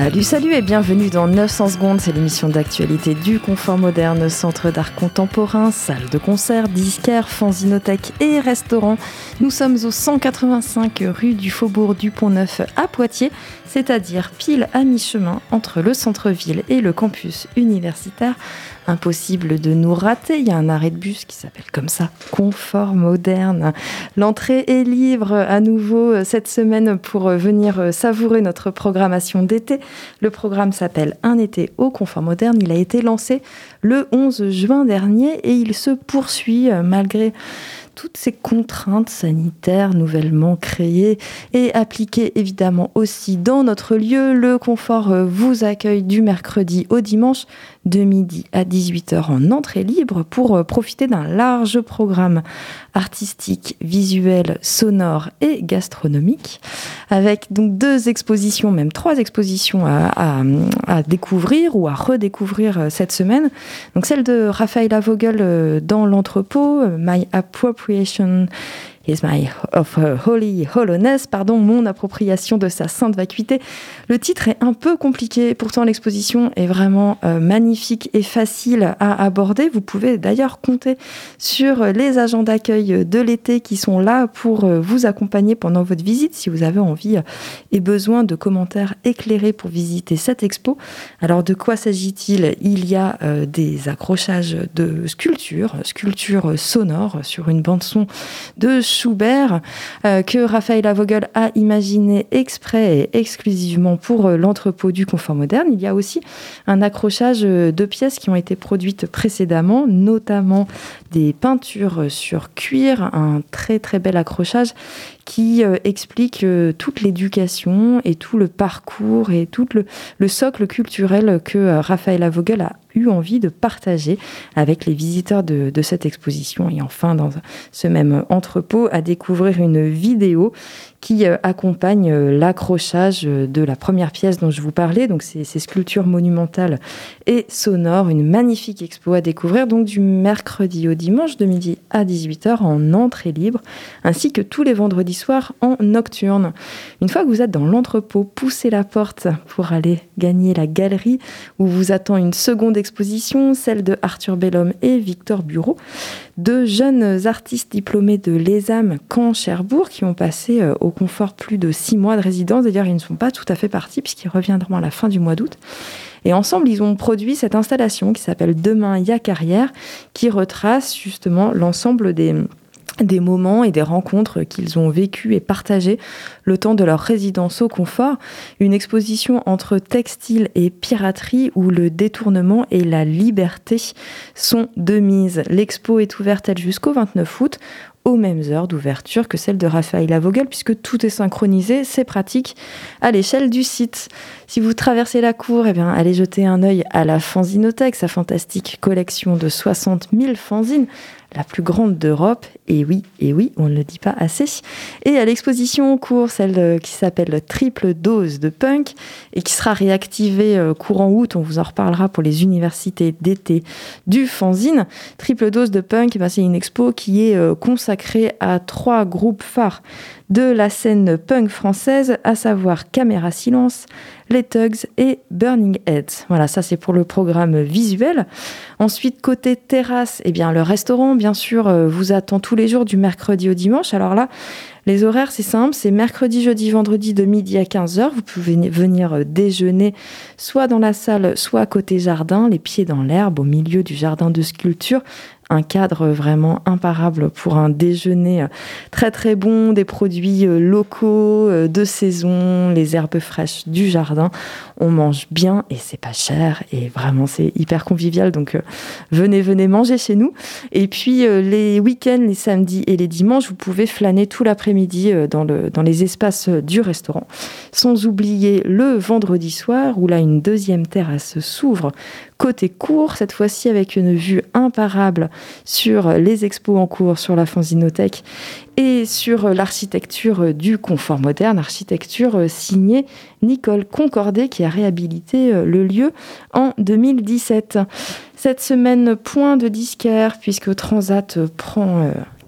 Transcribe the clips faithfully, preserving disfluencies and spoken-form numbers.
Salut, salut et bienvenue dans neuf cents secondes, c'est l'émission d'actualité du Confort Moderne, centre d'art contemporain, salle de concert, disquaire, fanzinothèque et restaurant. Nous sommes au cent quatre-vingt-cinq rue du Faubourg du Pont-Neuf à Poitiers, c'est-à-dire pile à mi-chemin entre le centre-ville et le campus universitaire. Impossible de nous rater, il y a un arrêt de bus qui s'appelle comme ça, Confort Moderne. L'entrée est libre à nouveau cette semaine pour venir savourer notre programmation d'été. Le programme s'appelle Un été au Confort Moderne. Il a été lancé le onze juin dernier et il se poursuit malgré toutes ces contraintes sanitaires nouvellement créées et appliquées évidemment aussi dans notre lieu. Le Confort vous accueille du mercredi au dimanche de midi à dix-huit heures en entrée libre pour profiter d'un large programme artistique, visuel, sonore et gastronomique avec donc deux expositions, même trois expositions à, à, à découvrir ou à redécouvrir cette semaine. Donc celle de Raphaël Vogel dans l'entrepôt, My Appropriation is my of holy hollowness, pardon, mon appropriation de sa sainte vacuité. Le titre est un peu compliqué, pourtant l'exposition est vraiment euh, magnifique et facile à aborder. Vous pouvez d'ailleurs compter sur les agents d'accueil de l'été qui sont là pour euh, vous accompagner pendant votre visite si vous avez envie euh, et besoin de commentaires éclairés pour visiter cette expo. Alors de quoi s'agit-il ? Il y a euh, des accrochages de sculptures, sculptures sonores sur une bande-son de Schubert, euh, que Raphaël Vogel a imaginé exprès et exclusivement pour euh, l'entrepôt du Confort Moderne. Il y a aussi un accrochage de pièces qui ont été produites précédemment, notamment des peintures sur cuir, un très très bel accrochage qui euh, explique euh, toute l'éducation et tout le parcours et tout le, le socle culturel que euh, Raphaël Vogel a eu envie de partager avec les visiteurs de, de cette exposition. Et enfin, dans ce même entrepôt, à découvrir une vidéo qui euh, accompagne euh, l'accrochage de la première pièce dont je vous parlais, donc ces, ces sculptures monumentales et sonores, une magnifique expo à découvrir, donc du mercredi au dimanche de midi à dix-huit heures en entrée libre, ainsi que tous les vendredis soirs en nocturne. Une fois que vous êtes dans l'entrepôt, poussez la porte pour aller gagner la galerie où vous attend une seconde exposition, celle de Arthur Bellhomme et Victor Bureau, deux jeunes artistes diplômés de l'E S A M Caen-Cherbourg qui ont passé euh, au Confort plus de six mois de résidence. D'ailleurs, ils ne sont pas tout à fait partis puisqu'ils reviendront à la fin du mois d'août. Et ensemble, ils ont produit cette installation qui s'appelle Demain, il y a carrière, qui retrace justement l'ensemble des... des moments et des rencontres qu'ils ont vécues et partagées le temps de leur résidence au Confort. Une exposition entre textile et piraterie où le détournement et la liberté sont de mise. L'expo est ouverte elle jusqu'au vingt-neuf août, aux mêmes heures d'ouverture que celle de Raphaël Vogel, puisque tout est synchronisé, c'est pratique à l'échelle du site. Si vous traversez la cour, eh bien, allez jeter un œil à la fanzinothèque, sa fantastique collection de soixante mille fanzines, la plus grande d'Europe, et oui, et oui, on ne le dit pas assez. Et à l'exposition en cours, celle de, qui s'appelle Triple Dose de Punk, et qui sera réactivée euh, courant août, on vous en reparlera pour les universités d'été du fanzine. Triple Dose de Punk, eh bien, c'est une expo qui est euh, consacrée à trois groupes phares de la scène punk française, à savoir Caméra Silence, les Tugs et Burning Heads. Voilà, ça c'est pour le programme visuel. Ensuite, côté terrasse, eh bien, le restaurant, bien sûr, euh, vous attend tous les jours du mercredi au dimanche. Alors là, les horaires, c'est simple, c'est mercredi, jeudi, vendredi de midi à quinze heures. Vous pouvez venir déjeuner soit dans la salle, soit côté jardin, les pieds dans l'herbe, au milieu du jardin de sculpture. Un cadre vraiment imparable pour un déjeuner très très bon, des produits locaux, de saison, les herbes fraîches du jardin. On mange bien et c'est pas cher et vraiment c'est hyper convivial, donc euh, venez, venez manger chez nous. Et puis euh, les week-ends, les samedis et les dimanches, vous pouvez flâner tout l'après-midi euh, dans, le, dans les espaces du restaurant. Sans oublier le vendredi soir où là une deuxième terrasse s'ouvre côté cours, cette fois-ci avec une vue imparable sur les expos en cours, sur la fanzinothèque et sur l'architecture du Confort Moderne, architecture signée Nicole Concordet qui a réhabilité le lieu en deux mille dix-sept. Cette semaine, point de disquaire puisque Transat prend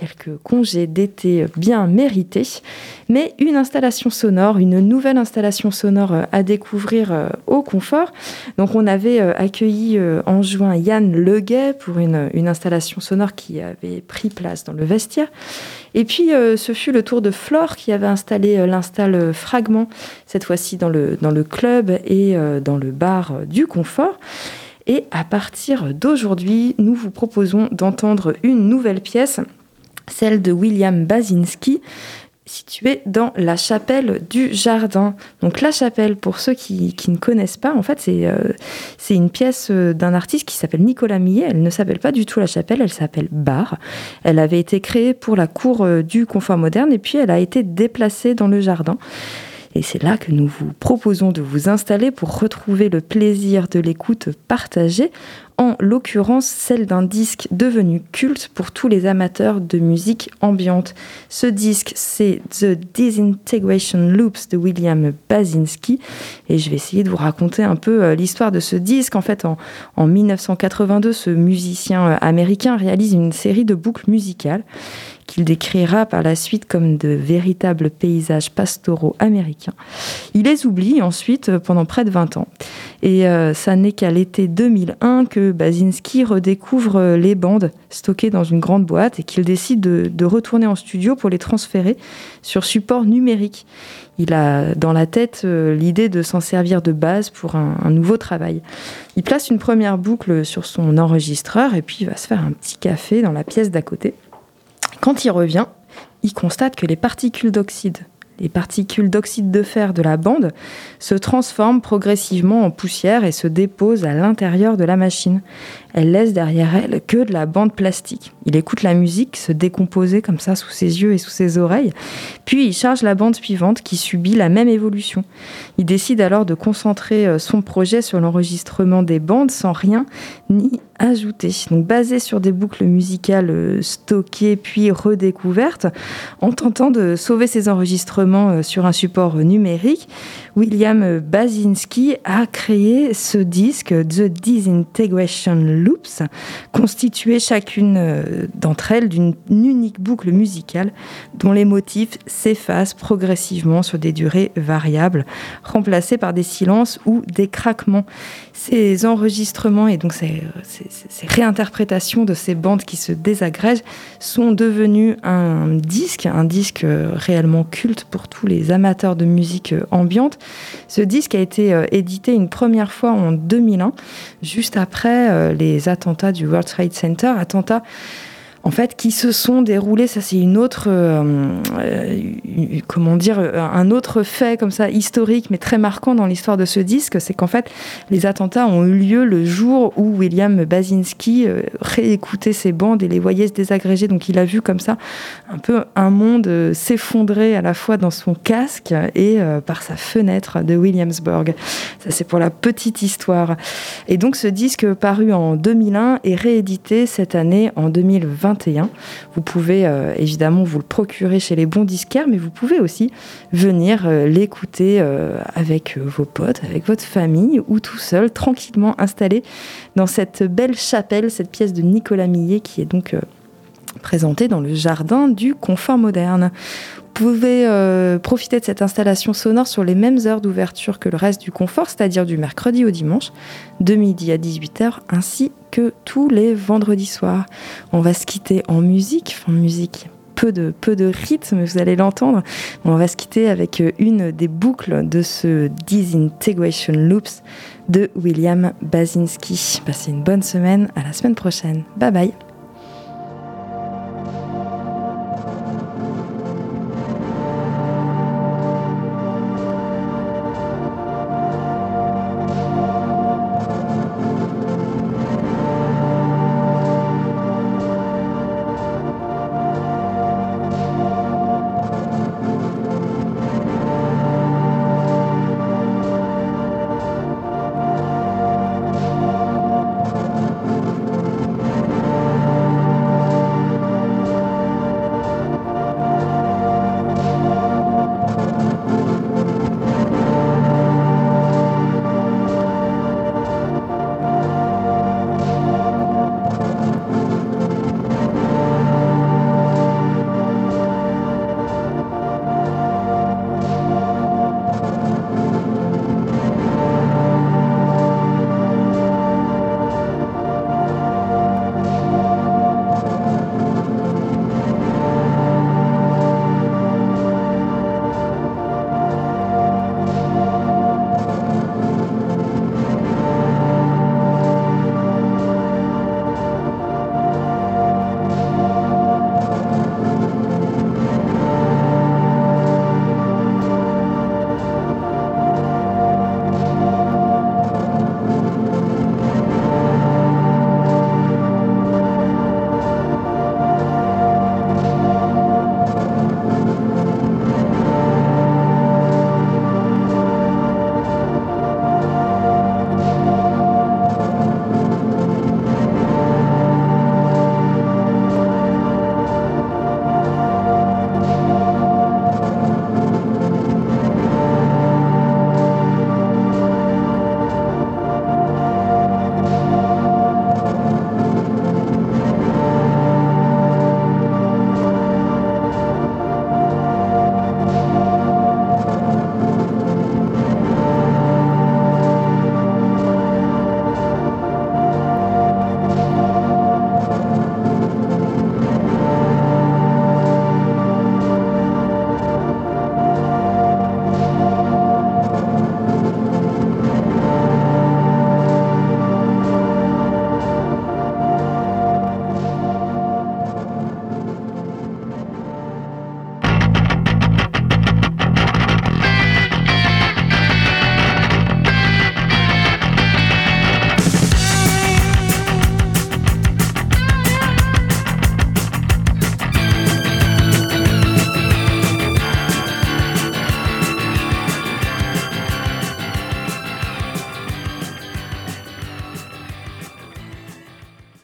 quelques congés d'été bien mérités, mais une installation sonore, une nouvelle installation sonore à découvrir au Confort. Donc on avait accueilli en juin Yann Leguet pour une, une installation sonore qui avait pris place dans le vestiaire. Et puis euh, ce fut le tour de Flore qui avait installé euh, l'installe Fragment, cette fois-ci dans le, dans le club et euh, dans le bar euh, du Confort. Et à partir d'aujourd'hui, nous vous proposons d'entendre une nouvelle pièce, celle de William Basinski, située dans la chapelle du Jardin. Donc la chapelle, pour ceux qui, qui ne connaissent pas, en fait, c'est, euh, c'est une pièce d'un artiste qui s'appelle Nicolas Millet. Elle ne s'appelle pas du tout la chapelle, elle s'appelle Bar. Elle avait été créée pour la cour du Confort moderne et puis elle a été déplacée dans le Jardin. Et c'est là que nous vous proposons de vous installer pour retrouver le plaisir de l'écoute partagée, en l'occurrence celle d'un disque devenu culte pour tous les amateurs de musique ambiante. Ce disque, c'est The Disintegration Loops de William Basinski. Et je vais essayer de vous raconter un peu l'histoire de ce disque. En fait, en, en dix-neuf cent quatre-vingt-deux, ce musicien américain réalise une série de boucles musicales qu'il décrira par la suite comme de véritables paysages pastoraux américains. Il les oublie ensuite pendant près de vingt ans. Et euh, ça n'est qu'à l'été deux mille un que Basinski redécouvre les bandes stockées dans une grande boîte et qu'il décide de, de retourner en studio pour les transférer sur support numérique. Il a dans la tête euh, l'idée de s'en servir de base pour un, un nouveau travail. Il place une première boucle sur son enregistreur et puis il va se faire un petit café dans la pièce d'à côté. Quand il revient, il constate que les particules d'oxyde, les particules d'oxyde de fer de la bande se transforment progressivement en poussière et se déposent à l'intérieur de la machine. Elle laisse derrière elle que de la bande plastique. Il écoute la musique se décomposer comme ça sous ses yeux et sous ses oreilles, puis il charge la bande suivante qui subit la même évolution. Il décide alors de concentrer son projet sur l'enregistrement des bandes sans rien ni ajouter. Donc basé sur des boucles musicales stockées puis redécouvertes, en tentant de sauver ses enregistrements sur un support numérique, William Basinski a créé ce disque The Disintegration Loops, constitué chacune d'entre elles d'une unique boucle musicale dont les motifs s'effacent progressivement sur des durées variables, remplacés par des silences ou des craquements. Ces enregistrements et donc ces, ces, ces réinterprétations de ces bandes qui se désagrègent sont devenus un disque, un disque réellement culte pour tous les amateurs de musique ambiante. Ce disque a été édité une première fois en deux mille un, juste après les attentats du World Trade Center, attentats en fait, qui se sont déroulés, ça c'est une autre, euh, euh, comment dire, un autre fait comme ça historique, mais très marquant dans l'histoire de ce disque, c'est qu'en fait, les attentats ont eu lieu le jour où William Basinski euh, réécoutait ses bandes et les voyait se désagréger. Donc il a vu comme ça un peu un monde euh, s'effondrer à la fois dans son casque et euh, par sa fenêtre de Williamsburg. Ça c'est pour la petite histoire. Et donc ce disque paru en deux mille un est réédité cette année en deux mille vingt. Vous pouvez euh, évidemment vous le procurer chez les bons disquaires, mais vous pouvez aussi venir euh, l'écouter euh, avec euh, vos potes, avec votre famille ou tout seul, tranquillement installé dans cette belle chapelle, cette pièce de Nicolas Millet qui est donc euh, présentée dans le jardin du Confort moderne. Vous pouvez euh, profiter de cette installation sonore sur les mêmes heures d'ouverture que le reste du Confort, c'est-à-dire du mercredi au dimanche, de midi à dix-huit heures, ainsi que tous les vendredis soirs. On va se quitter en musique, en musique peu de, peu de rythme, vous allez l'entendre. On va se quitter avec une des boucles de ce Disintegration Loops de William Basinski. Passez une bonne semaine, à la semaine prochaine. Bye bye.